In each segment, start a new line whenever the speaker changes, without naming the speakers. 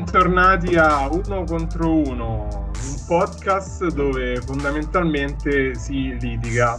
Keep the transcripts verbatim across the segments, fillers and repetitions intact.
bentornati a Uno contro Uno, un podcast dove fondamentalmente si litiga.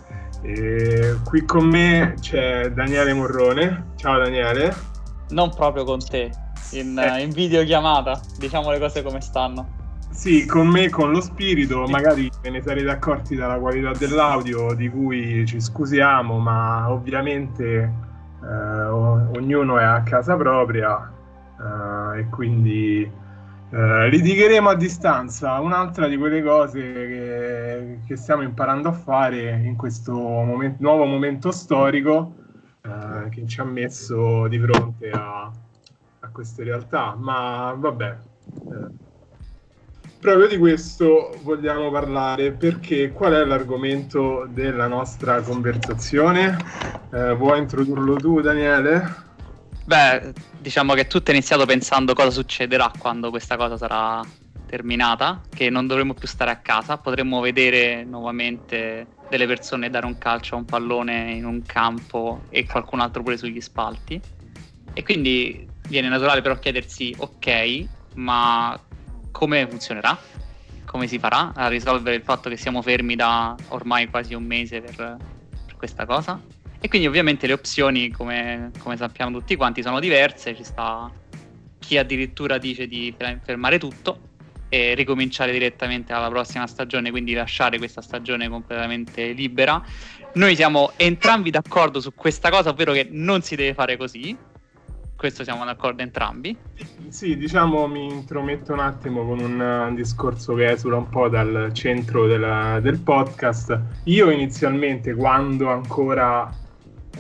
E qui con me c'è Daniele Morrone. Ciao Daniele.
Non proprio con te, in, eh. in videochiamata, diciamo le cose come stanno.
Sì, con me, con lo spirito, magari ve ne sarete accorti dalla qualità dell'audio, di cui ci scusiamo, ma ovviamente eh, ognuno è a casa propria. Uh, e quindi uh, litigheremo a distanza, un'altra di quelle cose che, che stiamo imparando a fare in questo moment- nuovo momento storico uh, che ci ha messo di fronte a, a queste realtà. Ma vabbè, uh, proprio di questo vogliamo parlare, perché qual è l'argomento della nostra conversazione? Uh, vuoi introdurlo tu, Daniele?
Beh, diciamo che tutto è iniziato pensando cosa succederà quando questa cosa sarà terminata, che non dovremo più stare a casa, potremmo vedere nuovamente delle persone dare un calcio a un pallone in un campo e qualcun altro pure sugli spalti. E quindi viene naturale però chiedersi, ok, ma come funzionerà? Come si farà a risolvere il fatto che siamo fermi da ormai quasi un mese per, per questa cosa? E quindi ovviamente le opzioni, come, come sappiamo tutti quanti, sono diverse. Ci sta chi addirittura dice di fermare tutto e ricominciare direttamente alla prossima stagione, quindi lasciare questa stagione completamente libera. Noi siamo entrambi d'accordo su questa cosa, ovvero che non si deve fare così. Questo siamo d'accordo entrambi.
Sì, diciamo, mi intrometto un attimo con un, un discorso che esula un po' dal centro della, del podcast. Io inizialmente, quando ancora Uh,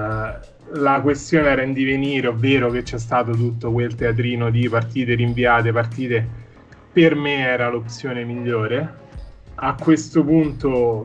la questione era in divenire, ovvero che c'è stato tutto quel teatrino di partite rinviate, partite, per me era l'opzione migliore. A questo punto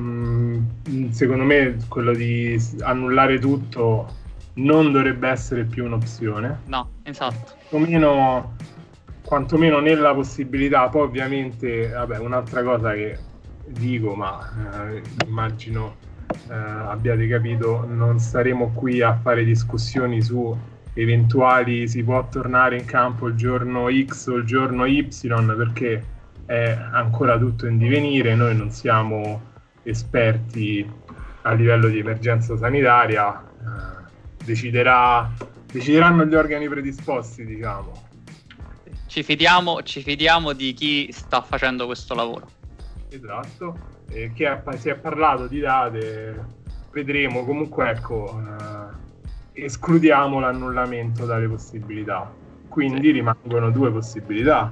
mh, secondo me quello di annullare tutto non dovrebbe essere più un'opzione.
No, esatto.
Quantomeno, quantomeno nella possibilità. Poi ovviamente, vabbè, un'altra cosa che dico, ma eh, immagino Uh, abbiate capito, non staremo qui a fare discussioni su eventuali si può tornare in campo il giorno X o il giorno Y, perché è ancora tutto in divenire. Noi non siamo esperti a livello di emergenza sanitaria, uh, deciderà, decideranno gli organi predisposti, diciamo.
Ci fidiamo, ci fidiamo di chi sta facendo questo lavoro.
Esatto. Eh, che ha, si è parlato di date, vedremo. Comunque ecco, eh, escludiamo l'annullamento dalle possibilità, quindi sì, rimangono due possibilità.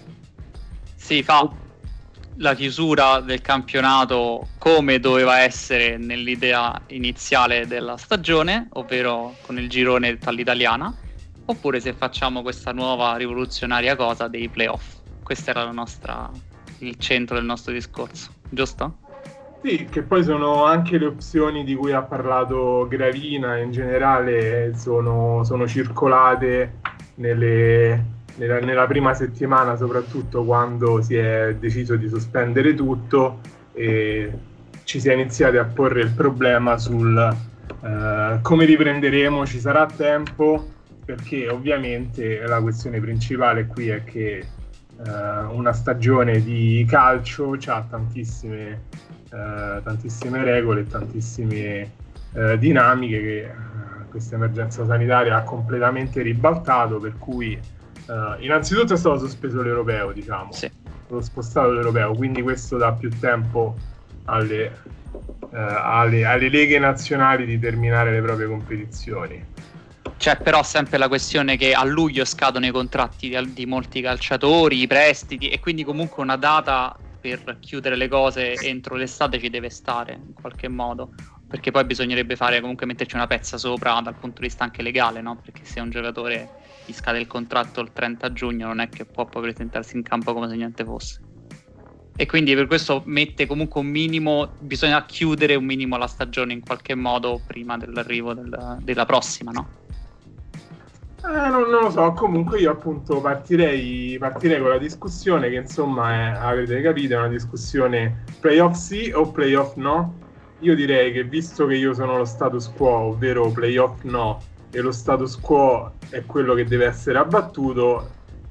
Si fa la chiusura del campionato come doveva essere nell'idea iniziale della stagione, ovvero con il girone all'italiana, oppure se facciamo questa nuova rivoluzionaria cosa dei playoff. Questa era la nostra, il centro del nostro discorso, giusto?
Sì, che poi sono anche le opzioni di cui ha parlato Gravina, in generale sono, sono circolate nelle, nella, nella prima settimana, soprattutto quando si è deciso di sospendere tutto e ci si è iniziati a porre il problema sul eh, come riprenderemo, ci sarà tempo, perché ovviamente la questione principale qui è che Uh, una stagione di calcio ha tantissime, uh, tantissime regole e tantissime uh, dinamiche che uh, questa emergenza sanitaria ha completamente ribaltato, per cui uh, innanzitutto è stato sospeso l'europeo, diciamo,
sì,
è stato spostato l'europeo, quindi questo dà più tempo alle, uh, alle, alle leghe nazionali di terminare le proprie competizioni.
C'è però sempre la questione che a luglio scadono i contratti di, di molti calciatori, i prestiti, e quindi comunque una data per chiudere le cose entro l'estate ci deve stare in qualche modo, perché poi bisognerebbe fare comunque metterci una pezza sopra dal punto di vista anche legale, no? Perché se un giocatore gli scade il contratto il trenta giugno non è che può poi presentarsi in campo come se niente fosse, e quindi per questo mette comunque un minimo, bisogna chiudere un minimo la stagione in qualche modo prima dell'arrivo del, della prossima, no?
Eh, non, non lo so, comunque io appunto partirei, partirei con la discussione che insomma è, avete capito, è una discussione playoff sì o playoff no. Io direi che, visto che io sono lo status quo, ovvero playoff no, e lo status quo è quello che deve essere abbattuto,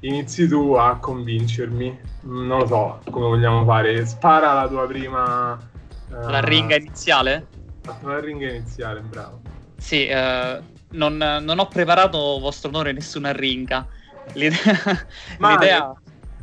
inizi tu a convincermi. Non lo so come vogliamo fare. Spara la tua prima uh,
la ringa iniziale?
La ringa iniziale, bravo.
Sì, uh, non, non ho preparato, vostro onore, nessuna ringa. L'idea, l'idea...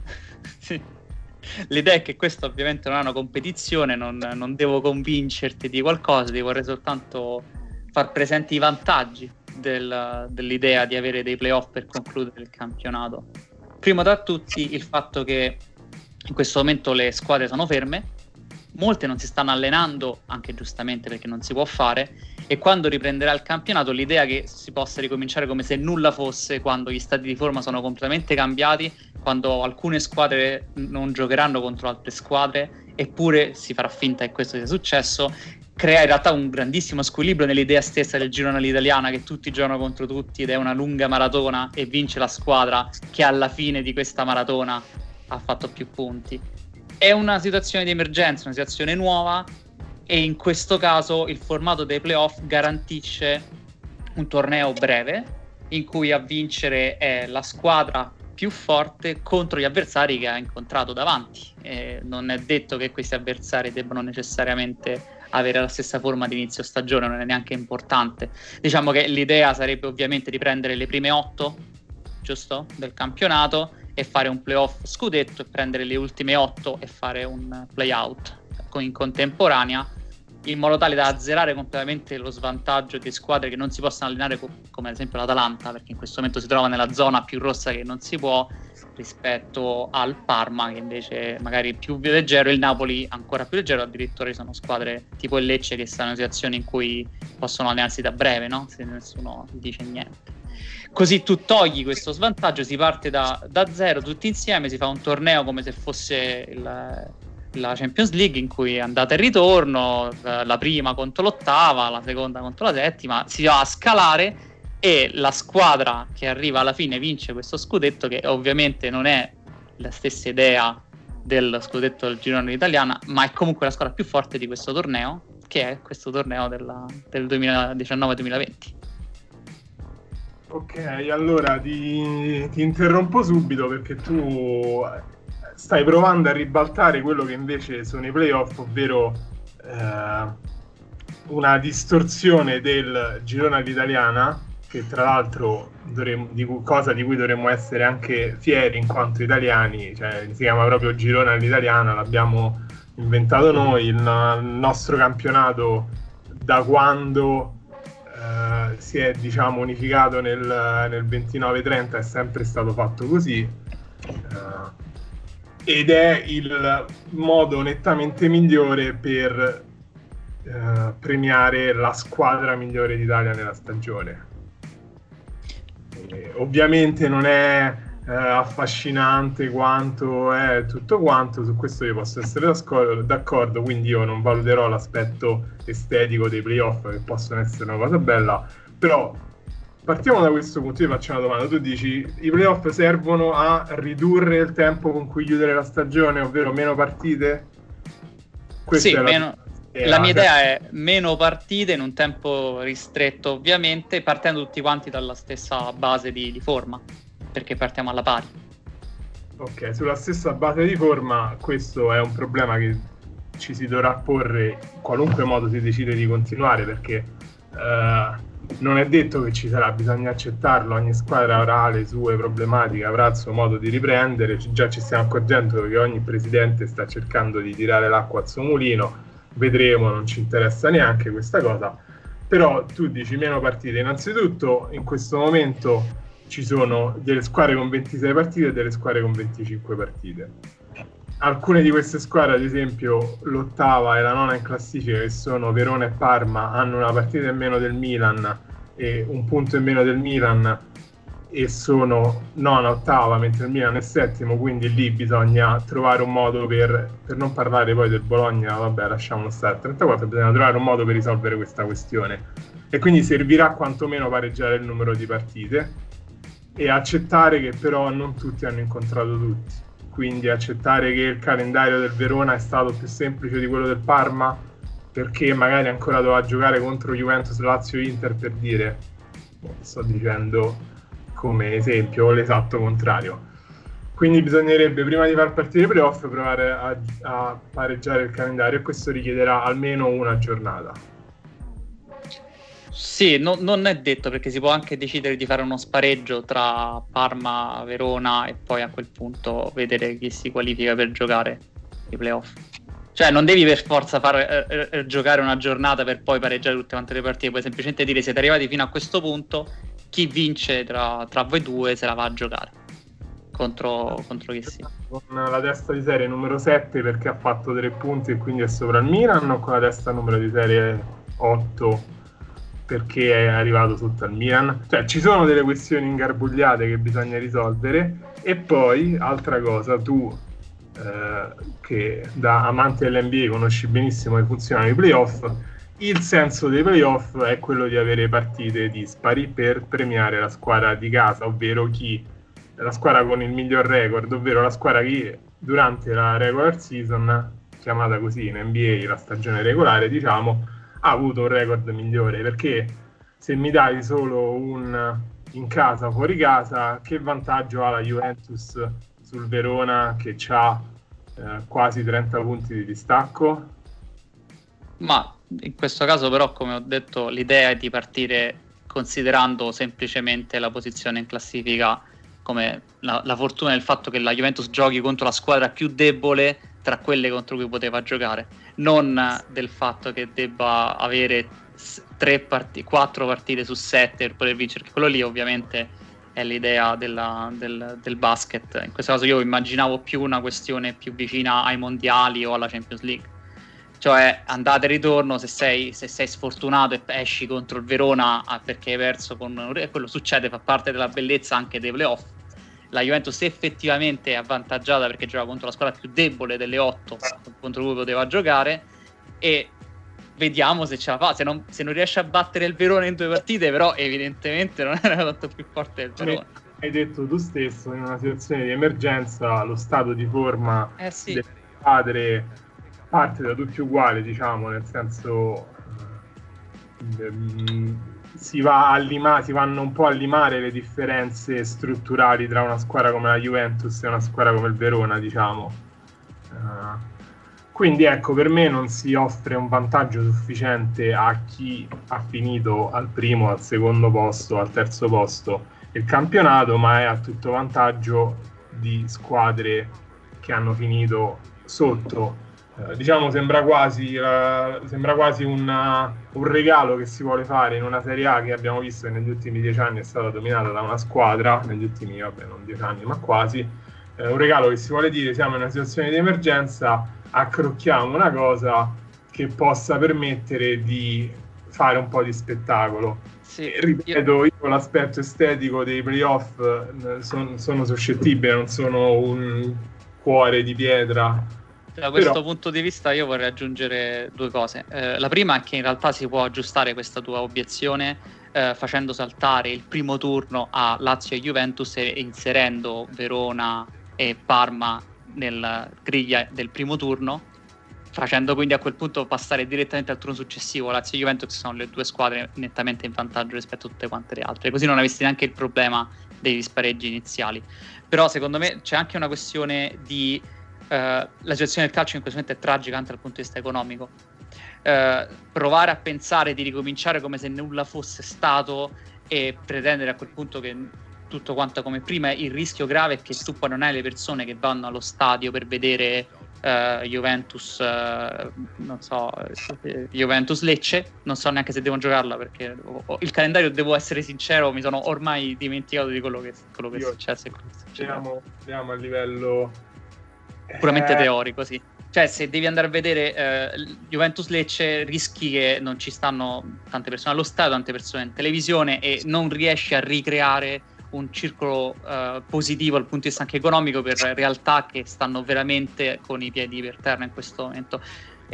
sì. L'idea è che questa ovviamente non è una competizione, non, non devo convincerti di qualcosa, ti vorrei soltanto far presenti i vantaggi del, dell'idea di avere dei playoff per concludere il campionato. Primo tra tutti il fatto che in questo momento le squadre sono ferme, molte non si stanno allenando, anche giustamente perché non si può fare, e quando riprenderà il campionato l'idea che si possa ricominciare come se nulla fosse, quando gli stati di forma sono completamente cambiati, quando alcune squadre non giocheranno contro altre squadre, eppure si farà finta che questo sia successo, crea in realtà un grandissimo squilibrio nell'idea stessa del girone all'italiana, che tutti giocano contro tutti ed è una lunga maratona e vince la squadra che alla fine di questa maratona ha fatto più punti. È una situazione di emergenza, una situazione nuova, e in questo caso il formato dei playoff garantisce un torneo breve in cui a vincere è la squadra più forte contro gli avversari che ha incontrato davanti. E non è detto che questi avversari debbano necessariamente avere la stessa forma di inizio stagione, non è neanche importante. Diciamo che l'idea sarebbe ovviamente di prendere le prime otto, giusto, del campionato e fare un playoff scudetto, e prendere le ultime otto e fare un playout in contemporanea, in modo tale da azzerare completamente lo svantaggio di squadre che non si possono allenare, co- come ad esempio l'Atalanta, perché in questo momento si trova nella zona più rossa che non si può, rispetto al Parma che invece magari è più leggero, e il Napoli ancora più leggero. Addirittura ci sono squadre tipo il Lecce che stanno in situazioni in cui possono allenarsi da breve, no? Se nessuno dice niente. Così tu togli questo svantaggio, si parte da, da zero tutti insieme, si fa un torneo come se fosse il, la Champions League, in cui è andata e ritorno, la prima contro l'ottava, la seconda contro la settima, si va a scalare e la squadra che arriva alla fine vince questo scudetto, che ovviamente non è la stessa idea del scudetto del girone italiana, ma è comunque la squadra più forte di questo torneo, che è questo torneo della, del duemiladiciannove duemilaventi.
Ok, allora ti, ti interrompo subito perché tu stai provando a ribaltare quello che invece sono i playoff, ovvero eh, una distorsione del girone all'italiana, che tra l'altro dovremmo, di cui, cosa di cui dovremmo essere anche fieri in quanto italiani, cioè si chiama proprio girone all'italiana, l'abbiamo inventato noi, il, il nostro campionato da quando Uh, si è diciamo unificato nel, nel ventinove trenta è sempre stato fatto così, uh, ed è il modo nettamente migliore per uh, premiare la squadra migliore d'Italia nella stagione. E ovviamente non è uh, affascinante quanto è tutto quanto, su questo io posso essere d'accordo, quindi io non valuterò l'aspetto estetico dei playoff, che possono essere una cosa bella, però partiamo da questo punto. Io faccio una domanda: tu dici i playoff servono a ridurre il tempo con cui chiudere la stagione, ovvero meno partite? Questa
sì,
è
meno, la, la mia idea è meno partite in un tempo ristretto, ovviamente partendo tutti quanti dalla stessa base di, di forma, perché partiamo alla pari. Ok, sulla stessa base di forma, questo è un problema che ci si dovrà porre in qualunque modo si decide di continuare, perché uh, non è detto che ci sarà, bisogna accettarlo, ogni squadra avrà le sue problematiche, avrà il suo modo di riprendere, già ci stiamo accorgendo che ogni presidente sta cercando di tirare l'acqua al suo mulino, vedremo, non ci interessa neanche questa cosa. Però tu dici meno partite, innanzitutto in questo momento ci sono delle squadre con ventisei partite e delle squadre con venticinque partite. Alcune di queste squadre, ad esempio l'ottava e la nona in classifica, che sono Verona e Parma, hanno una partita in meno del Milan e un punto in meno del Milan e sono nona, ottava, mentre il Milan è settimo, quindi lì bisogna trovare un modo per, per non parlare poi del Bologna, vabbè lasciamolo stare, trentaquattro, bisogna trovare un modo per risolvere questa questione, e quindi servirà quantomeno pareggiare il numero di partite e accettare che però non tutti hanno incontrato tutti. Quindi accettare che il calendario del Verona è stato più semplice di quello del Parma, perché magari ancora doveva giocare contro Juventus, Lazio, Inter, per dire, sto dicendo come esempio l'esatto contrario.
quindi bisognerebbe prima di far partire i playoff provare a, a pareggiare il calendario, e questo richiederà almeno una giornata.
Sì, no, non è detto, perché si può anche decidere di fare uno spareggio tra Parma, Verona e poi a quel punto vedere chi si qualifica per giocare i playoff. Cioè non devi per forza far eh, eh, giocare una giornata per poi pareggiare tutte quante le partite, puoi semplicemente dire: siete arrivati fino a questo punto, chi vince tra, tra voi due se la va a giocare contro, contro chi sia.
Con la testa di serie numero sette perché ha fatto tre punti e quindi è sopra il Milan, o con la testa numero di serie otto perché è arrivato sotto al Milan? Cioè ci sono delle questioni ingarbugliate che bisogna risolvere. E poi altra cosa, tu eh, che da amante dell'N B A conosci benissimo come funzionano i playoff, il senso dei playoff è quello di avere partite dispari per premiare la squadra di casa, ovvero chi la squadra con il miglior record, ovvero la squadra che durante la regular season, chiamata così in N B A la stagione regolare, diciamo, ha avuto un record migliore. Perché se mi dai solo un in casa, fuori casa, che vantaggio ha la Juventus sul Verona che ha eh, quasi trenta punti di distacco?
Ma in questo caso però, come ho detto, l'idea è di partire considerando semplicemente la posizione in classifica, come la, la fortuna del fatto che la Juventus giochi contro la squadra più debole tra quelle contro cui poteva giocare, non del fatto che debba avere tre parti- quattro partite su sette per poter vincere, che quello lì ovviamente è l'idea della, del, del basket. In questo caso io immaginavo più una questione più vicina ai mondiali o alla Champions League, cioè andata e ritorno, se sei, se sei sfortunato e esci contro il Verona perché hai perso con... quello succede, fa parte della bellezza anche dei playoff. La Juventus effettivamente è avvantaggiata perché gioca contro la squadra più debole delle otto contro cui poteva giocare, e vediamo se ce la fa. Se non, se non riesce a battere il Verona in due partite, però evidentemente non era tanto più forte del Verona.
Hai detto tu stesso, in una situazione di emergenza lo stato di forma
eh sì.
delle squadre parte da tutti uguali, diciamo, nel senso ehm, si va a limare, si vanno un po' a limare le differenze strutturali tra una squadra come la Juventus e una squadra come il Verona, diciamo. Uh, quindi ecco, per me non si offre un vantaggio sufficiente a chi ha finito al primo, al secondo posto, al terzo posto il campionato, ma è a tutto vantaggio di squadre che hanno finito sotto. Uh, diciamo sembra quasi, uh, sembra quasi una, un regalo che si vuole fare in una Serie A che abbiamo visto che negli ultimi dieci anni è stata dominata da una squadra, negli ultimi, vabbè, non dieci anni, ma quasi, uh, un regalo che si vuole dire: siamo in una situazione di emergenza, accrocchiamo una cosa che possa permettere di fare un po' di spettacolo.
Sì,
e, ripeto, io con l'aspetto estetico dei playoff son, sono suscettibile, non sono un cuore di pietra.
Da questo
Però...
punto di vista io vorrei aggiungere due cose. Eh, la prima è che in realtà si può aggiustare questa tua obiezione eh, facendo saltare il primo turno a Lazio e Juventus e inserendo Verona e Parma nella griglia del primo turno, facendo quindi a quel punto passare direttamente al turno successivo. Lazio e Juventus sono le due squadre nettamente in vantaggio rispetto a tutte quante le altre, così non avresti neanche il problema dei spareggi iniziali. Però secondo me c'è anche una questione di Uh, la situazione del calcio in questo momento è tragica anche dal punto di vista economico. Uh, provare a pensare di ricominciare come se nulla fosse stato e pretendere a quel punto che tutto quanto come prima, il rischio grave è che tu poi non hai le persone che vanno allo stadio per vedere uh, Juventus uh, non so Juventus Lecce, non so neanche se devono giocarla perché oh, il calendario, devo essere sincero, mi sono ormai dimenticato di quello che, quello che è successo e quello che è successo.
Andiamo a livello
puramente teorico, sì. Cioè, se devi andare a vedere eh, Juventus Lecce, rischi che non ci stanno tante persone allo stadio, tante persone in televisione, e non riesci a ricreare un circolo eh, positivo dal punto di vista anche economico per realtà che stanno veramente con i piedi per terra in questo momento.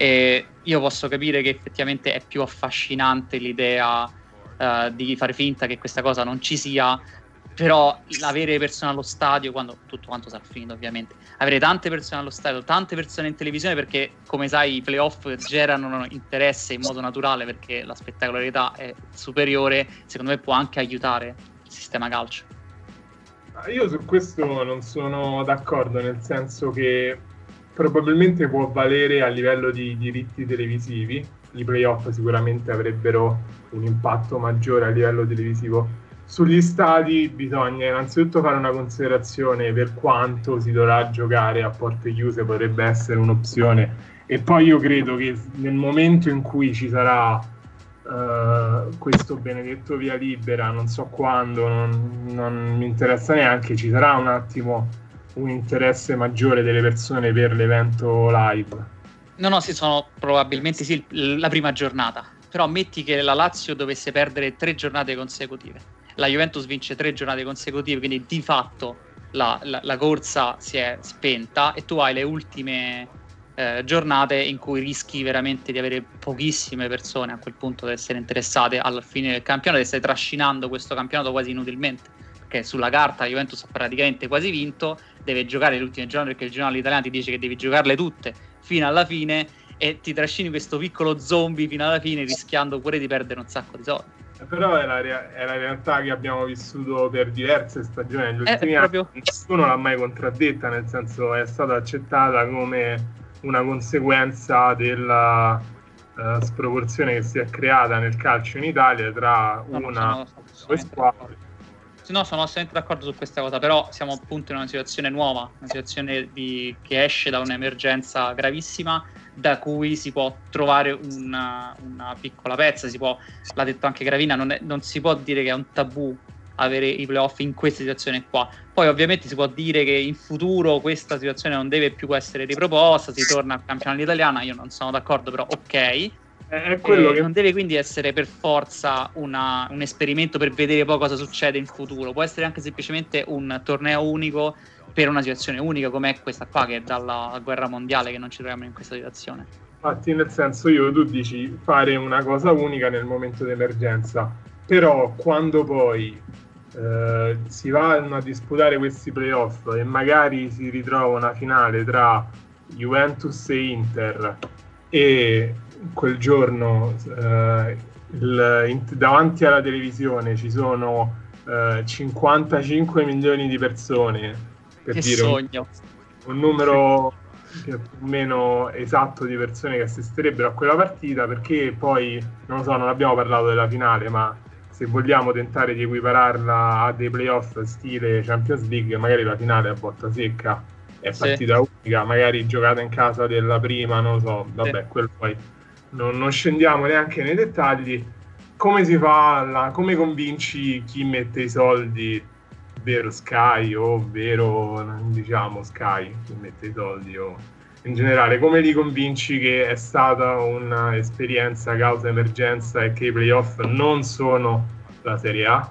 E io posso capire che effettivamente è più affascinante l'idea eh, di fare finta che questa cosa non ci sia, però avere persone allo stadio, quando tutto quanto sarà finito ovviamente, avere tante persone allo stadio, tante persone in televisione, perché come sai i playoff generano interesse in modo naturale perché la spettacolarità è superiore, secondo me può anche aiutare il sistema calcio.
Io su questo non sono d'accordo, nel senso che probabilmente può valere a livello di diritti televisivi. I playoff sicuramente avrebbero un impatto maggiore a livello televisivo. Sugli stadi bisogna innanzitutto fare una considerazione per quanto si dovrà giocare a porte chiuse, potrebbe essere un'opzione. E poi io credo che nel momento in cui ci sarà Uh, questo benedetto via libera, non so quando, non, non mi interessa neanche, ci sarà un attimo un interesse maggiore delle persone per l'evento live.
No, no, sì, sono probabilmente sì la prima giornata, però metti che la Lazio dovesse perdere tre giornate consecutive, la Juventus vince tre giornate consecutive, quindi di fatto la, la, la corsa si è spenta e tu hai le ultime Eh, giornate in cui rischi veramente di avere pochissime persone a quel punto ad essere interessate alla fine del campionato, e stai trascinando questo campionato quasi inutilmente, perché sulla carta la Juventus ha praticamente quasi vinto, deve giocare le ultime giornate perché il giornale italiano ti dice che devi giocarle tutte fino alla fine e ti trascini questo piccolo zombie fino alla fine, rischiando pure di perdere un sacco di soldi.
Però è la, rea- è la realtà che abbiamo vissuto per diverse stagioni negli ultimi
eh,
anni,
proprio...
nessuno l'ha mai contraddetta, nel senso è stata accettata come una conseguenza della uh, sproporzione che si è creata nel calcio in Italia tra
no,
una
o due
squadre.
No, sono assolutamente d'accordo su questa cosa, però siamo appunto in una situazione nuova, una situazione di, che esce da un'emergenza gravissima, da cui si può trovare una, una piccola pezza, si può, l'ha detto anche Gravina, non, è, non si può dire che è un tabù avere i playoff in questa situazione qua. Poi ovviamente si può dire che in futuro questa situazione non deve più essere riproposta, si torna al campionato italiano, io non sono d'accordo, però ok.
È quello
eh,
che...
Non deve quindi essere per forza una, un esperimento per vedere poi cosa succede in futuro, può essere anche semplicemente un torneo unico per una situazione unica come è questa qua, che è dalla guerra mondiale che non ci troviamo in questa situazione.
Infatti, nel senso, io tu dici fare una cosa unica nel momento d'emergenza, però quando poi eh, si vanno a disputare questi playoff e magari si ritrova una finale tra Juventus e Inter e quel giorno eh, il, in, davanti alla televisione ci sono eh, cinquantacinque milioni di persone, per
che
dire
sogno.
Un, un numero più o meno esatto di persone che assisterebbero a quella partita, perché poi non lo so, non abbiamo parlato della finale, ma se vogliamo tentare di equipararla a dei playoff stile Champions League, magari la finale a botta secca è partita sì. unica, magari giocata in casa della prima, non lo so, vabbè, sì. quello poi non, non scendiamo neanche nei dettagli. Come si fa, la, come convinci chi mette i soldi, vero Sky o vero, diciamo, Sky, chi mette i soldi o in generale, come li convinci che è stata un'esperienza causa emergenza e che i playoff non sono la Serie A?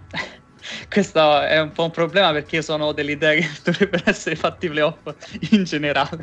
Questo è un po' un problema, perché io sono dell'idea che dovrebbero essere fatti i playoff in generale.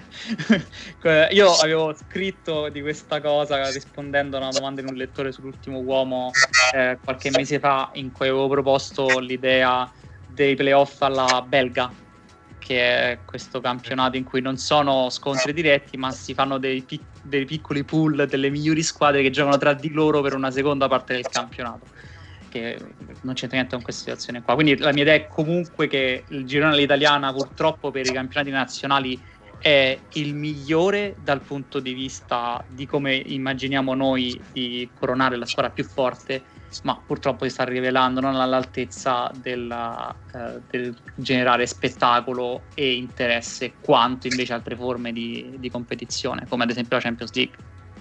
Io avevo scritto di questa cosa rispondendo a una domanda di un lettore sull'Ultimo Uomo eh, qualche mese fa, in cui avevo proposto l'idea dei playoff alla belga, che è questo campionato in cui non sono scontri diretti, ma si fanno dei, pic- dei piccoli pool delle migliori squadre che giocano tra di loro per una seconda parte del campionato, che non c'entra niente con questa situazione qua. Quindi la mia idea è comunque che il girone all'italiana, purtroppo per i campionati nazionali, è il migliore dal punto di vista di come immaginiamo noi di coronare la squadra più forte, ma purtroppo si sta rivelando non all'altezza della, eh, del generare spettacolo e interesse quanto invece altre forme di, di competizione, come ad esempio la Champions League.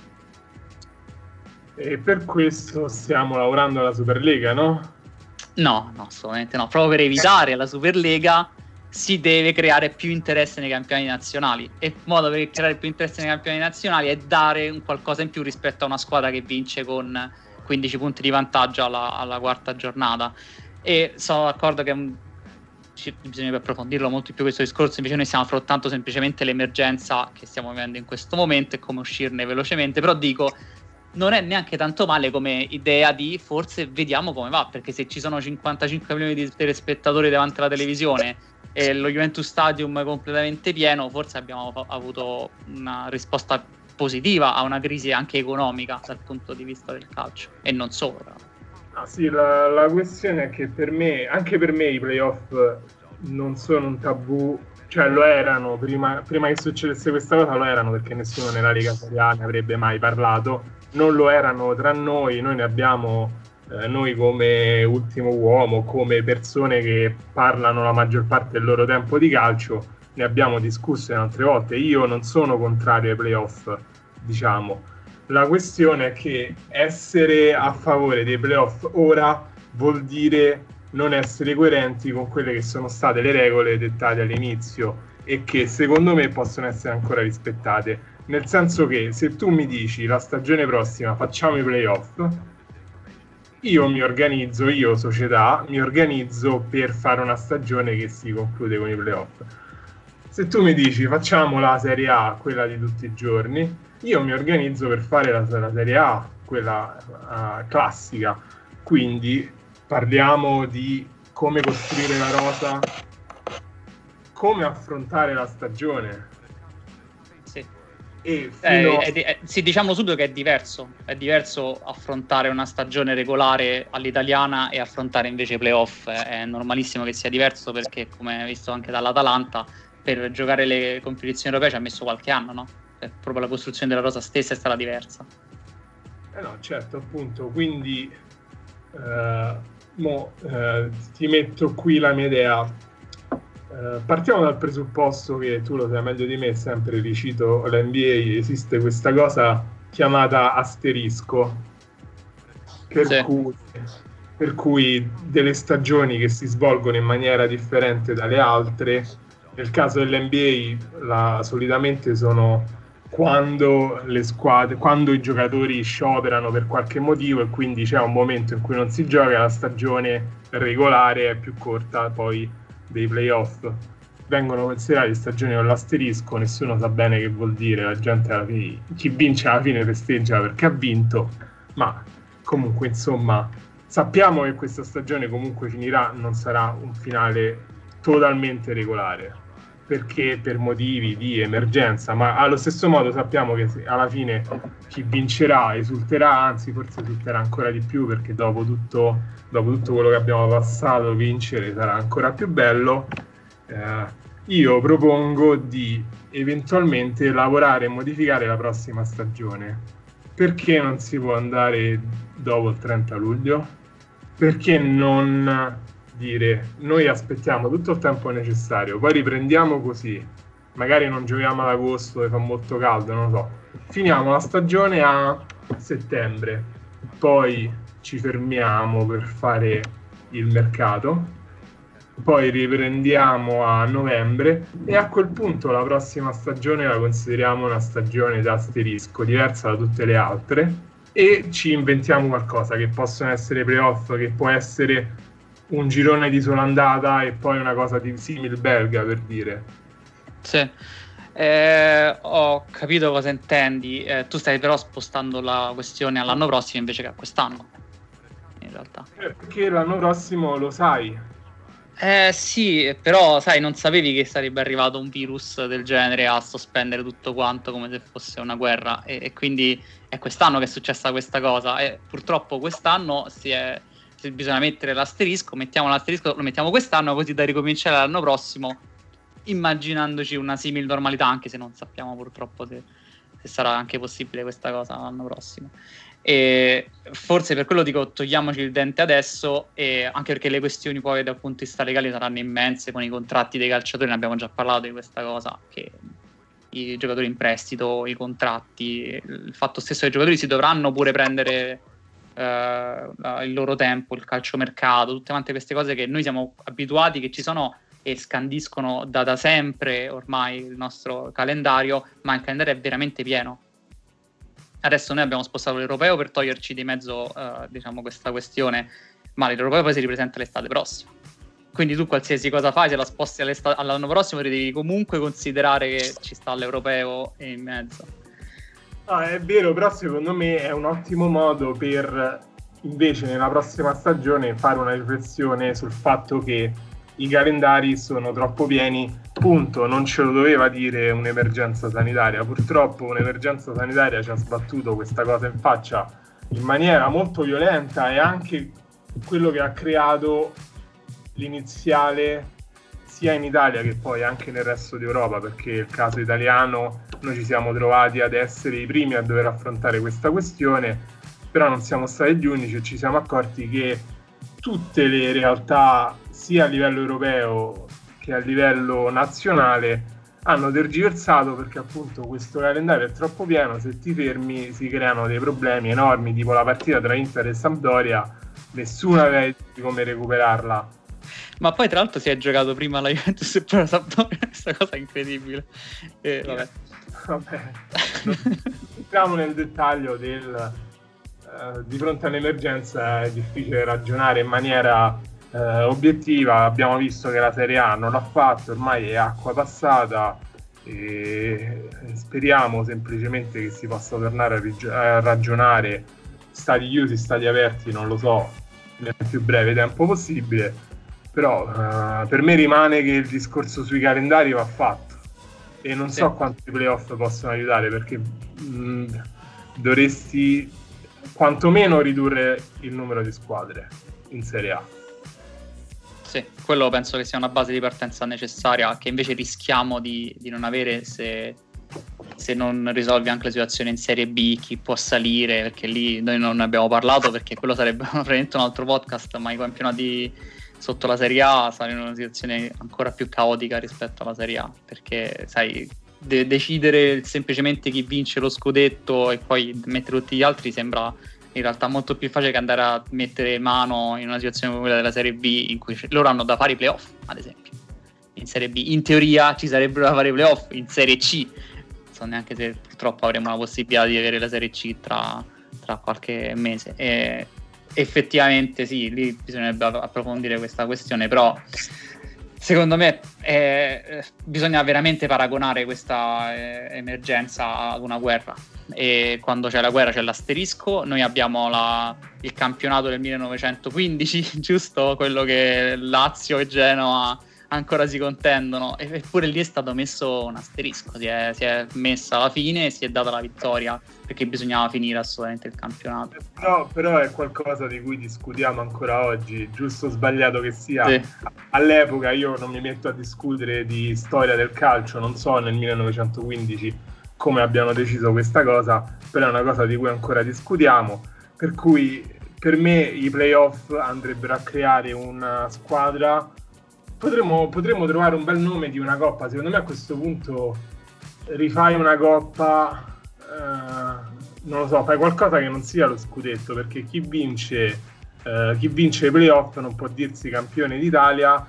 E per questo stiamo lavorando alla Superlega, no?
No, no, assolutamente no. Proprio per evitare la Superlega si deve creare più interesse nei campionati nazionali, e il modo per creare più interesse nei campionati nazionali è dare un qualcosa in più rispetto a una squadra che vince con quindici punti di vantaggio alla, alla quarta giornata. E sono d'accordo che un, bisognerebbe approfondirlo molto più questo discorso, invece noi stiamo affrontando semplicemente l'emergenza che stiamo vivendo in questo momento e come uscirne velocemente. Però dico, non è neanche tanto male come idea di forse vediamo come va, perché se ci sono cinquantacinque milioni di telespettatori davanti alla televisione e lo Juventus Stadium completamente pieno, forse abbiamo fa- avuto una risposta positiva a una crisi anche economica dal punto di vista del calcio, e non solo.
Ah, sì, la, la questione è che per me, anche per me i playoff non sono un tabù, cioè lo erano prima, prima che succedesse questa cosa, lo erano perché nessuno nella Lega Serie A ne avrebbe mai parlato, non lo erano tra noi, noi ne abbiamo, eh, noi come Ultimo Uomo, come persone che parlano la maggior parte del loro tempo di calcio, ne abbiamo discusso in altre volte. Io non sono contrario ai playoff, diciamo. La questione è che essere a favore dei playoff ora vuol dire non essere coerenti con quelle che sono state le regole dettate all'inizio e che secondo me possono essere ancora rispettate, nel senso che se tu mi dici la stagione prossima facciamo i playoff, io mi organizzo, io società mi organizzo per fare una stagione che si conclude con i playoff. Se tu mi dici facciamo la Serie A, quella di tutti i giorni, io mi organizzo per fare la, la Serie A, quella uh, classica. Quindi parliamo di come costruire la rosa, come affrontare la stagione.
Sì.
E fino...
eh, eh, sì, diciamo subito che è diverso. È diverso affrontare una stagione regolare all'italiana e affrontare invece i playoff. È normalissimo che sia diverso perché, come visto anche dall'Atalanta, per giocare le competizioni europee ci ha messo qualche anno, no? E proprio la costruzione della rosa stessa è stata diversa.
Eh no, certo, appunto. Quindi eh, mo, eh, ti metto qui la mia idea. Eh, partiamo dal presupposto che tu lo sai meglio di me, sempre ricito la N B A, esiste questa cosa chiamata asterisco, per,
sì.
cui, per cui delle stagioni che si svolgono in maniera differente dalle altre. Nel caso dell'N B A la, solitamente sono quando le squadre, quando i giocatori scioperano per qualche motivo e quindi c'è un momento in cui non si gioca, la stagione regolare è più corta poi dei playoff. Vengono considerate stagioni con l'asterisco, nessuno sa bene che vuol dire, la gente alla fine, chi vince alla fine festeggia perché ha vinto, ma comunque insomma sappiamo che questa stagione comunque finirà, non sarà un finale totalmente regolare, perché per motivi di emergenza, ma allo stesso modo sappiamo che alla fine chi vincerà esulterà, anzi forse esulterà ancora di più, perché dopo tutto, dopo tutto quello che abbiamo passato, vincere sarà ancora più bello. Eh, io propongo di eventualmente lavorare e modificare la prossima stagione. Perché non si può andare dopo il trenta luglio? Perché non dire noi aspettiamo tutto il tempo necessario, poi riprendiamo così, magari non giochiamo ad agosto e fa molto caldo, non lo so, finiamo la stagione a settembre, poi ci fermiamo per fare il mercato, poi riprendiamo a novembre e a quel punto la prossima stagione la consideriamo una stagione da asterisco, diversa da tutte le altre, e ci inventiamo qualcosa, che possono essere playoff, che può essere un girone di sola andata e poi una cosa di simil belga, per dire.
Sì, eh, ho capito cosa intendi. Eh, tu stai però spostando la questione all'anno prossimo invece che a quest'anno, in realtà.
Eh, perché l'anno prossimo lo sai.
Eh sì, però sai, non sapevi che sarebbe arrivato un virus del genere a sospendere tutto quanto come se fosse una guerra, e, e quindi è quest'anno che è successa questa cosa, e purtroppo quest'anno si è... se bisogna mettere l'asterisco, mettiamo l'asterisco, lo mettiamo quest'anno così da ricominciare l'anno prossimo, immaginandoci una simil normalità, anche se non sappiamo purtroppo se, se sarà anche possibile questa cosa l'anno prossimo. E forse per quello dico togliamoci il dente adesso, e anche perché le questioni poi dal punto di vista legale saranno immense con i contratti dei calciatori, ne abbiamo già parlato di questa cosa, che i giocatori in prestito, i contratti, il fatto stesso che i giocatori si dovranno pure prendere Uh, il loro tempo, il calciomercato, tutte quante queste cose che noi siamo abituati, che ci sono e scandiscono da, da sempre ormai il nostro calendario, ma il calendario è veramente pieno. Adesso noi abbiamo spostato l'europeo per toglierci di mezzo uh, diciamo questa questione, ma l'europeo poi si ripresenta l'estate prossima, quindi tu qualsiasi cosa fai, se la sposti all'anno prossimo devi comunque considerare che ci sta l'europeo in mezzo.
Ah, è vero, però secondo me è un ottimo modo per invece nella prossima stagione fare una riflessione sul fatto che i calendari sono troppo pieni, punto. Non ce lo doveva dire un'emergenza sanitaria, purtroppo un'emergenza sanitaria ci ha sbattuto questa cosa in faccia in maniera molto violenta, e anche quello che ha creato l'iniziale sia in Italia che poi anche nel resto d'Europa, perché il caso italiano noi ci siamo trovati ad essere i primi a dover affrontare questa questione, però non siamo stati gli unici e ci siamo accorti che tutte le realtà, sia a livello europeo che a livello nazionale, hanno tergiversato, perché appunto questo calendario è troppo pieno, se ti fermi si creano dei problemi enormi, tipo la partita tra Inter e Sampdoria, nessuno aveva idea di come recuperarla.
Ma poi tra l'altro si è giocato prima la Juventus e poi la Sampdoria, questa cosa è incredibile. E, vabbè.
Vabbè, non entriamo nel dettaglio del uh, di fronte all'emergenza è difficile ragionare in maniera uh, obiettiva. Abbiamo visto che la Serie A non l'ha fatto, ormai è acqua passata e speriamo semplicemente che si possa tornare a, rig- a ragionare stadi chiusi, stadi aperti, non lo so, nel più breve tempo possibile. Però uh, per me rimane che il discorso sui calendari va fatto e non sì. so quanti playoff possono aiutare, perché mh, dovresti quantomeno ridurre il numero di squadre in Serie A.
Sì, quello penso che sia una base di partenza necessaria, che invece rischiamo di, di non avere se, se non risolvi anche le situazioni in Serie B, chi può salire, perché lì noi non ne abbiamo parlato, perché quello sarebbe veramente un altro podcast, ma i campionati sotto la Serie A saranno in una situazione ancora più caotica rispetto alla Serie A, perché sai, de- decidere semplicemente chi vince lo scudetto e poi mettere tutti gli altri sembra in realtà molto più facile che andare a mettere mano in una situazione come quella della Serie B, in cui loro hanno da fare i playoff, ad esempio. In Serie B in teoria ci sarebbero da fare i playoff, in Serie C non so neanche se purtroppo avremo la possibilità di avere la Serie C tra, tra qualche mese. E effettivamente sì, lì bisognerebbe approfondire questa questione, però secondo me eh, bisogna veramente paragonare questa eh, emergenza ad una guerra, e quando c'è la guerra c'è l'asterisco. Noi abbiamo la, il campionato del millenovecentoquindici, giusto? Quello che Lazio e Genoa ancora si contendono, eppure lì è stato messo un asterisco, si è, si è messa alla fine e si è data la vittoria, perché bisognava finire assolutamente il campionato.
Però, però è qualcosa di cui discutiamo ancora oggi, giusto o sbagliato che sia.
Sì.
All'epoca io non mi metto a discutere di storia del calcio, non so nel millenovecentoquindici come abbiano deciso questa cosa, però è una cosa di cui ancora discutiamo, per cui per me i playoff andrebbero a creare una squadra. Potremmo, potremmo trovare un bel nome di una coppa. Secondo me a questo punto rifai una coppa, eh, non lo so, fai qualcosa che non sia lo scudetto, perché chi vince eh, chi vince i playoff non può dirsi campione d'Italia,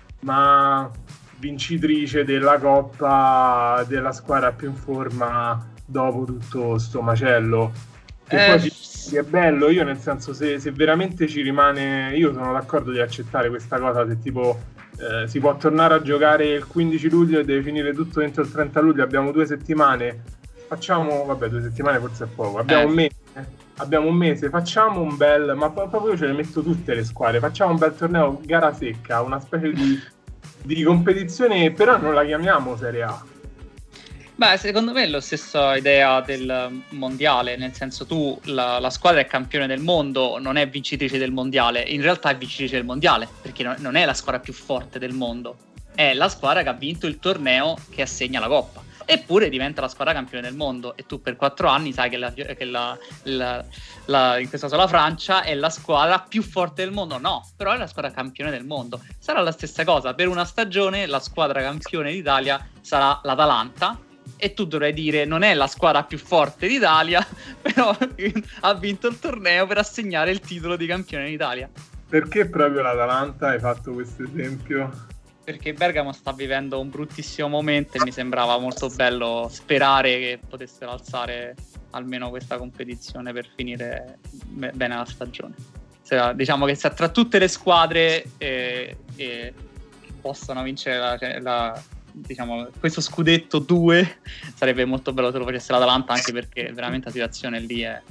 ma vincitrice della coppa della squadra più in forma dopo tutto sto macello. Che
eh,
poi sì, è bello, io nel senso, se, se veramente ci rimane, io sono d'accordo di accettare questa cosa, se tipo Eh, si può tornare a giocare il quindici luglio e deve finire tutto entro il trenta luglio, abbiamo due settimane, facciamo, vabbè due settimane forse è poco, abbiamo eh. un mese, abbiamo un mese, facciamo un bel, ma proprio io ce le metto tutte le squadre, facciamo un bel torneo gara secca, una specie di, di competizione, però non la chiamiamo Serie A.
Beh, secondo me è la stessa idea del mondiale, nel senso tu, la, la squadra è campione del mondo, non è vincitrice del mondiale, in realtà è vincitrice del mondiale, perché non, non è la squadra più forte del mondo, è la squadra che ha vinto il torneo che assegna la coppa, eppure diventa la squadra campione del mondo, e tu per quattro anni sai che, la, che la, la, la, in questo caso la Francia è la squadra più forte del mondo. No, però è la squadra campione del mondo. Sarà la stessa cosa, per una stagione la squadra campione d'Italia sarà l'Atalanta, e tu dovrai dire non è la squadra più forte d'Italia, però ha vinto il torneo per assegnare il titolo di campione d'Italia.
Perché proprio l'Atalanta hai fatto questo esempio?
Perché Bergamo sta vivendo un bruttissimo momento e mi sembrava molto bello sperare che potessero alzare almeno questa competizione per finire bene la stagione. Se, diciamo che se tra tutte le squadre eh, eh, che possono vincere la, la diciamo questo scudetto due, sarebbe molto bello se lo facesse l'Atalanta, anche perché veramente la situazione lì è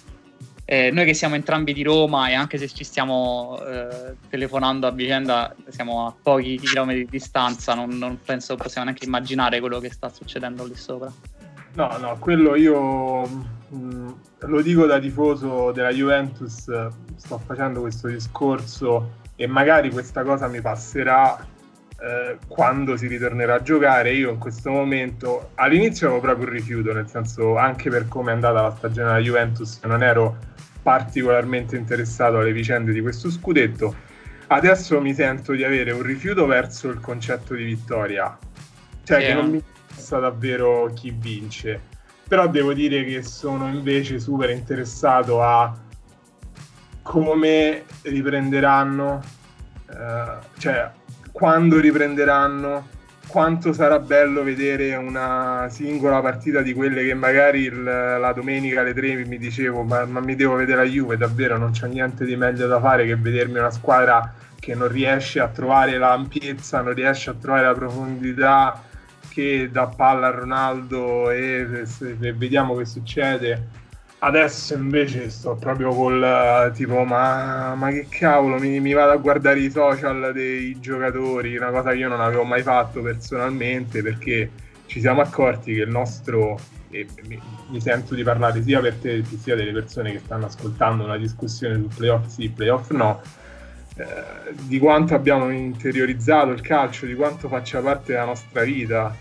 eh, noi che siamo entrambi di Roma, e anche se ci stiamo eh, telefonando a vicenda, siamo a pochi chilometri di distanza, non, non penso possiamo neanche immaginare quello che sta succedendo lì sopra.
No, no, quello io mh, lo dico da tifoso della Juventus, sto facendo questo discorso e magari questa cosa mi passerà eh, quando si ritornerà a giocare. Io in questo momento, all'inizio avevo proprio un rifiuto, nel senso, anche per come è andata la stagione della Juventus, non ero particolarmente interessato alle vicende di questo scudetto. Adesso mi sento di avere un rifiuto verso il concetto di vittoria, cioè
Sì,
che non
eh.
mi interessa davvero chi vince, però devo dire che sono invece super interessato a come riprenderanno, eh, cioè quando riprenderanno, quanto sarà bello vedere una singola partita di quelle che magari il, la domenica alle tre mi dicevo ma, ma mi devo vedere la Juve, davvero non c'è niente di meglio da fare che vedermi una squadra che non riesce a trovare l'ampiezza, non riesce a trovare la profondità, che dà palla a Ronaldo e, e, e vediamo che succede. Adesso invece sto proprio col tipo ma, ma che cavolo, mi, mi vado a guardare i social dei giocatori, una cosa che io non avevo mai fatto personalmente, perché ci siamo accorti che il nostro, e mi, mi sento di parlare sia per te sia delle persone che stanno ascoltando una discussione su playoff sì, playoff no, eh, di quanto abbiamo interiorizzato il calcio, di quanto faccia parte della nostra vita.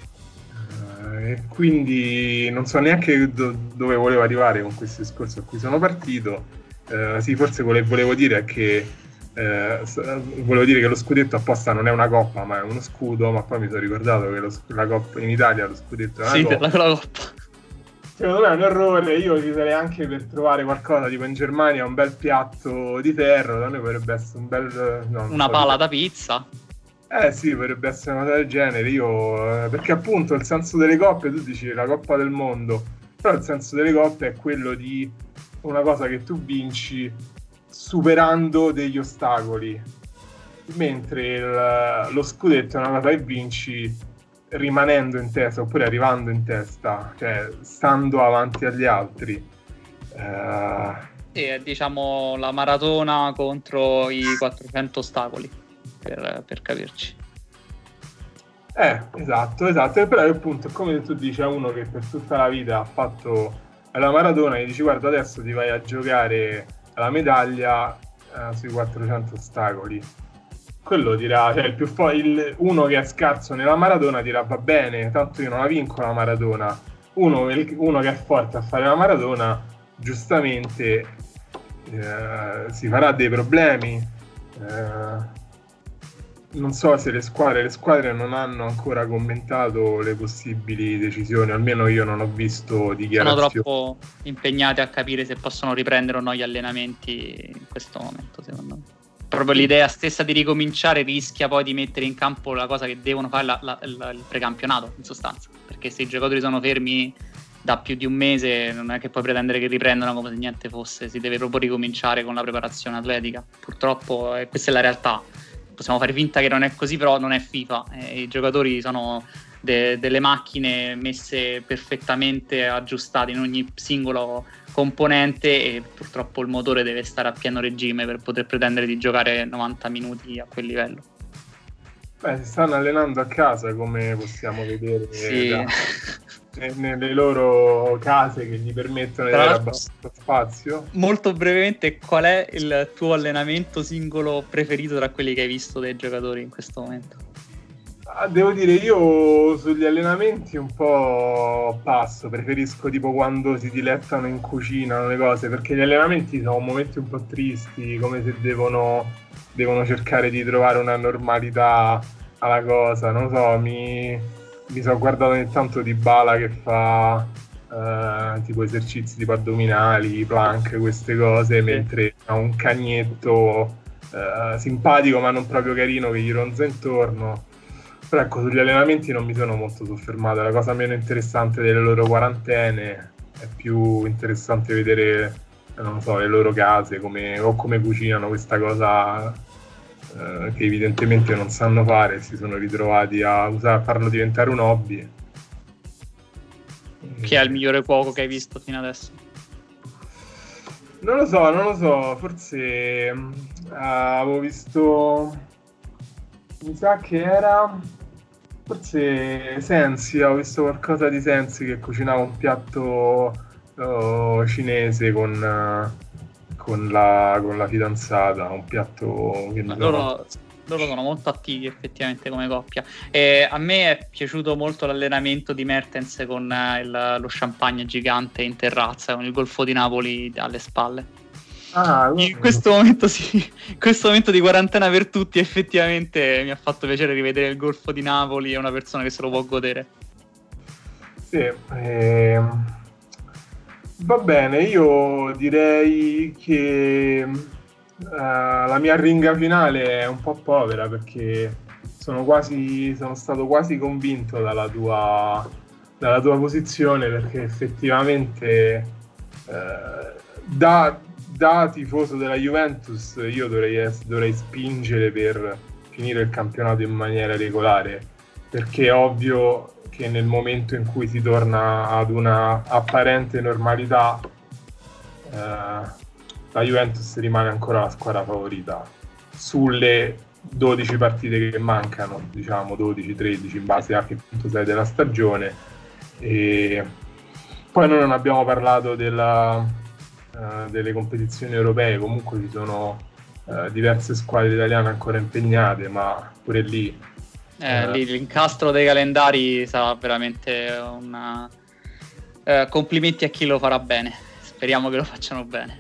E quindi non so neanche do- dove volevo arrivare con questo discorso a cui sono partito. Eh, sì, forse vole- volevo dire che eh, volevo dire che lo scudetto apposta non è una coppa, ma è uno scudo, ma poi mi sono ricordato che lo, la coppa in Italia lo scudetto è una
Sì,
coppa.
la, la coppa.
Secondo me è un errore, io ci sarei anche per trovare qualcosa, tipo in Germania un bel piatto di ferro, da noi potrebbe essere un bel... No,
una
so
pala
di...
da pizza.
Eh sì, potrebbe essere una cosa del genere. Io, eh, perché appunto il senso delle coppe, tu dici la Coppa del Mondo, però il senso delle coppe è quello di una cosa che tu vinci superando degli ostacoli, mentre il, lo scudetto è una cosa che vinci rimanendo in testa oppure arrivando in testa, cioè stando avanti agli altri. Uh...
Sì, è diciamo la maratona contro i quattrocento ostacoli. Per, per capirci.
Eh, esatto, esatto. E però appunto, come tu dici a uno che per tutta la vita ha fatto la maratona, gli dici guarda adesso ti vai a giocare la medaglia eh, sui quattrocento ostacoli. Quello dirà, cioè il più fo- il, uno che è scarso nella maratona dirà va bene, tanto io non la vinco la maratona. Uno, il, uno che è forte a fare la maratona, giustamente eh, si farà dei problemi. Eh, Non so se le squadre, le squadre non hanno ancora commentato le possibili decisioni, almeno io non ho visto dichiarazioni.
Sono troppo impegnati a capire se possono riprendere o no gli allenamenti in questo momento, secondo me. Proprio l'idea stessa di ricominciare rischia poi di mettere in campo la cosa che devono fare la, la, la, il precampionato, in sostanza. Perché se i giocatori sono fermi da più di un mese non è che puoi pretendere che riprendano come se niente fosse, si deve proprio ricominciare con la preparazione atletica. Purtroppo eh, questa è la realtà. Possiamo fare finta che non è così, però non è FIFA. Eh, I giocatori sono de- delle macchine messe perfettamente aggiustate in ogni singolo componente e purtroppo il motore deve stare a pieno regime per poter pretendere di giocare novanta minuti a quel livello.
Beh, si stanno allenando a casa, come possiamo vedere
sì.
da, nelle loro case che gli permettono di avere abbastanza spazio.
Molto brevemente, qual è il tuo allenamento singolo preferito tra quelli che hai visto dei giocatori in questo momento?
Ah, devo dire, io sugli allenamenti un po' passo, preferisco tipo quando si dilettano in cucina le cose, perché gli allenamenti sono momenti un po' tristi, come se devono, devono cercare di trovare una normalità alla cosa, non so, mi, mi sono guardato ogni tanto Dybala che fa eh, tipo esercizi tipo addominali, plank, queste cose, sì. Mentre ha un cagnetto eh, simpatico ma non proprio carino che gli ronza intorno. Però ecco, sugli allenamenti non mi sono molto soffermato, è la cosa meno interessante delle loro quarantene, è più interessante vedere, non so, le loro case come, o come cucinano questa cosa eh, che evidentemente non sanno fare, si sono ritrovati a, usare, a farlo diventare un hobby.
Chi è il migliore cuoco che hai visto fino adesso?
Non lo so, non lo so, forse uh, avevo visto, mi sa che era... Forse Sensi, ho visto qualcosa di Sensi che cucinava un piatto oh, cinese con, uh, con, la, con la fidanzata, un piatto che
loro loro sono molto attivi effettivamente come coppia. E a me è piaciuto molto l'allenamento di Mertens con eh, il, lo champagne gigante in terrazza, con il Golfo di Napoli alle spalle.
Ah,
in questo momento sì, in questo momento di quarantena per tutti effettivamente mi ha fatto piacere rivedere il Golfo di Napoli e una persona che se lo può godere.
Sì, ehm, va bene, io direi che uh, la mia ringa finale è un po' povera perché sono quasi sono stato quasi convinto dalla tua, dalla tua posizione, perché effettivamente uh, da, da tifoso della Juventus io dovrei, dovrei spingere per finire il campionato in maniera regolare, perché è ovvio che nel momento in cui si torna ad una apparente normalità eh, la Juventus rimane ancora la squadra favorita sulle dodici partite che mancano, diciamo dodici tredici in base a che punto sei della stagione. E poi noi non abbiamo parlato della, uh, delle competizioni europee, comunque ci sono uh, diverse squadre italiane ancora impegnate, ma pure lì
Eh, lì l'incastro dei calendari sarà veramente una... Eh, complimenti a chi lo farà bene, speriamo che lo facciano bene.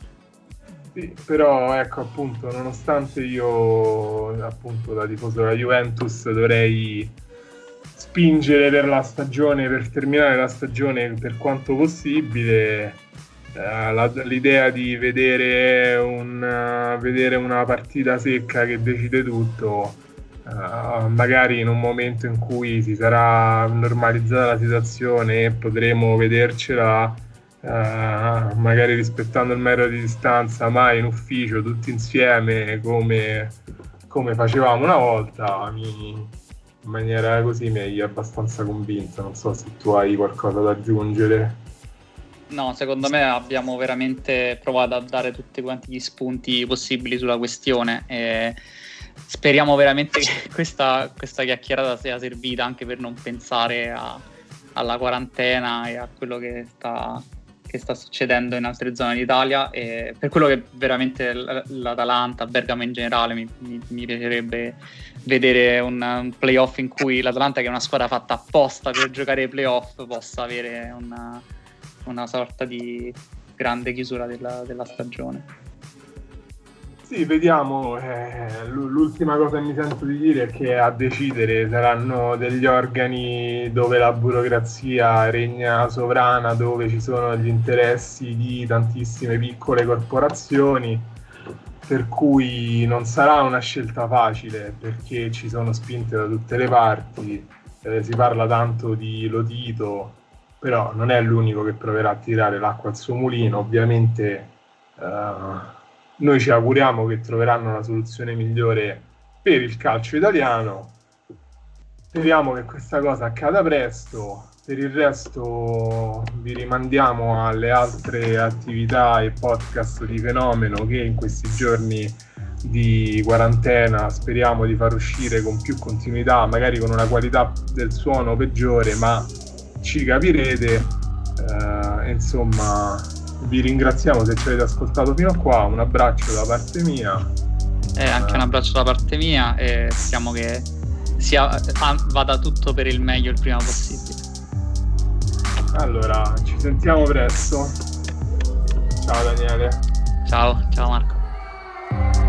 Sì, però ecco, appunto, nonostante io appunto da tifoso della Juventus dovrei spingere per la stagione, per terminare la stagione per quanto possibile, eh, la, l'idea di vedere, un, uh, vedere una partita secca che decide tutto, Uh, magari in un momento in cui si sarà normalizzata la situazione e potremo vedercela uh, magari rispettando il metro di distanza, ma in ufficio tutti insieme come, come facevamo una volta, mi, in maniera così mi hai abbastanza convinto. Non so se tu hai qualcosa da aggiungere.
No, secondo me abbiamo veramente provato a dare tutti quanti gli spunti possibili sulla questione e speriamo veramente che questa, questa chiacchierata sia servita anche per non pensare a, alla quarantena e a quello che sta, che sta succedendo in altre zone d'Italia, e per quello che veramente l'Atalanta, Bergamo in generale, mi, mi, mi piacerebbe vedere un, un playoff in cui l'Atalanta, che è una squadra fatta apposta per giocare ai playoff, possa avere una, una sorta di grande chiusura della, della stagione.
Sì, vediamo. Eh, l'ultima cosa che mi sento di dire è che a decidere saranno degli organi dove la burocrazia regna sovrana, dove ci sono gli interessi di tantissime piccole corporazioni, per cui non sarà una scelta facile, perché ci sono spinte da tutte le parti. Eh, si parla tanto di Lotito, però non è l'unico che proverà a tirare l'acqua al suo mulino. Ovviamente eh, noi ci auguriamo che troveranno la soluzione migliore per il calcio italiano. Speriamo che questa cosa accada presto. Per il resto vi rimandiamo alle altre attività e podcast di Fenomeno, che in questi giorni di quarantena speriamo di far uscire con più continuità, magari con una qualità del suono peggiore, ma ci capirete. Eh, insomma, vi ringraziamo se ci avete ascoltato fino a qua. Un abbraccio da parte mia.
Eh, anche un abbraccio da parte mia, e speriamo che sia, vada tutto per il meglio il prima possibile.
Allora, ci sentiamo presto. Ciao Daniele.
Ciao, ciao Marco.